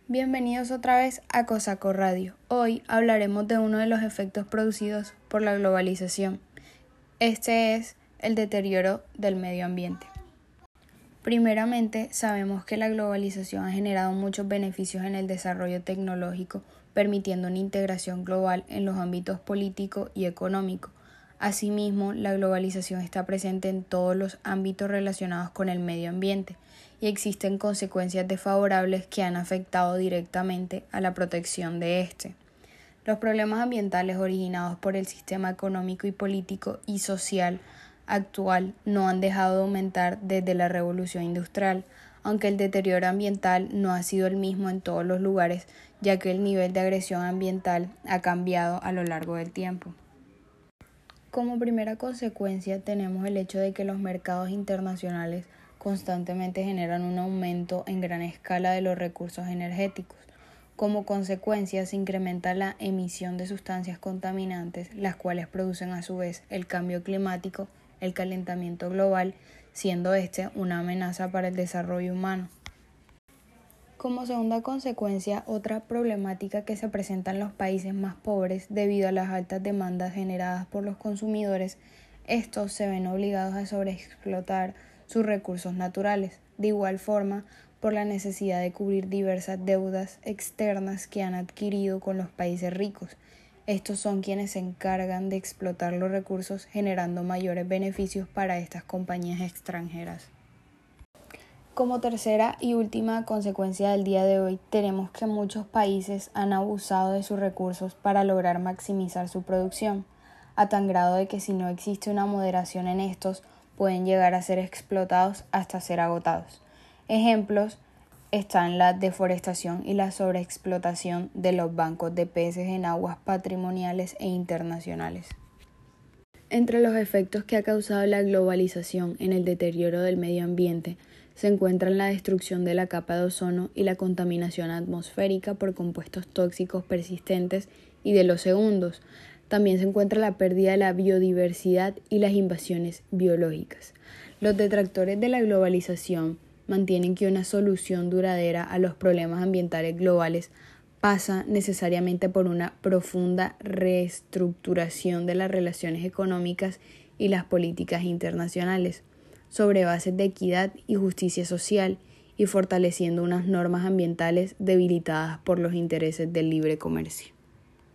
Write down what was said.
Bienvenidos otra vez a COSACO Radio. Hoy hablaremos de uno de los efectos producidos por la globalización. Este es el deterioro del medio ambiente. Primeramente, sabemos que la globalización ha generado muchos beneficios en el desarrollo tecnológico, permitiendo una integración global en los ámbitos político y económico. Asimismo, la globalización está presente en todos los ámbitos relacionados con el medio ambiente y existen consecuencias desfavorables que han afectado directamente a la protección de este. Los problemas ambientales originados por el sistema económico y político y social actual no han dejado de aumentar desde la revolución industrial, aunque el deterioro ambiental no ha sido el mismo en todos los lugares, ya que el nivel de agresión ambiental ha cambiado a lo largo del tiempo. Como primera consecuencia tenemos el hecho de que los mercados internacionales constantemente generan un aumento en gran escala de los recursos energéticos. Como consecuencia se incrementa la emisión de sustancias contaminantes, las cuales producen a su vez el cambio climático, el calentamiento global, siendo este una amenaza para el desarrollo humano. Como segunda consecuencia, otra problemática que se presenta en los países más pobres debido a las altas demandas generadas por los consumidores, estos se ven obligados a sobreexplotar sus recursos naturales, de igual forma por la necesidad de cubrir diversas deudas externas que han adquirido con los países ricos. Estos son quienes se encargan de explotar los recursos generando mayores beneficios para estas compañías extranjeras. Como tercera y última consecuencia del día de hoy, tenemos que muchos países han abusado de sus recursos para lograr maximizar su producción, a tan grado de que si no existe una moderación en estos, pueden llegar a ser explotados hasta ser agotados. Ejemplos están la deforestación y la sobreexplotación de los bancos de peces en aguas patrimoniales e internacionales. Entre los efectos que ha causado la globalización en el deterioro del medio ambiente se encuentran la destrucción de la capa de ozono y la contaminación atmosférica por compuestos tóxicos persistentes y de los segundos. También se encuentra la pérdida de la biodiversidad y las invasiones biológicas. Los detractores de la globalización mantienen que una solución duradera a los problemas ambientales globales pasa necesariamente por una profunda reestructuración de las relaciones económicas y las políticas internacionales, sobre bases de equidad y justicia social y fortaleciendo unas normas ambientales debilitadas por los intereses del libre comercio.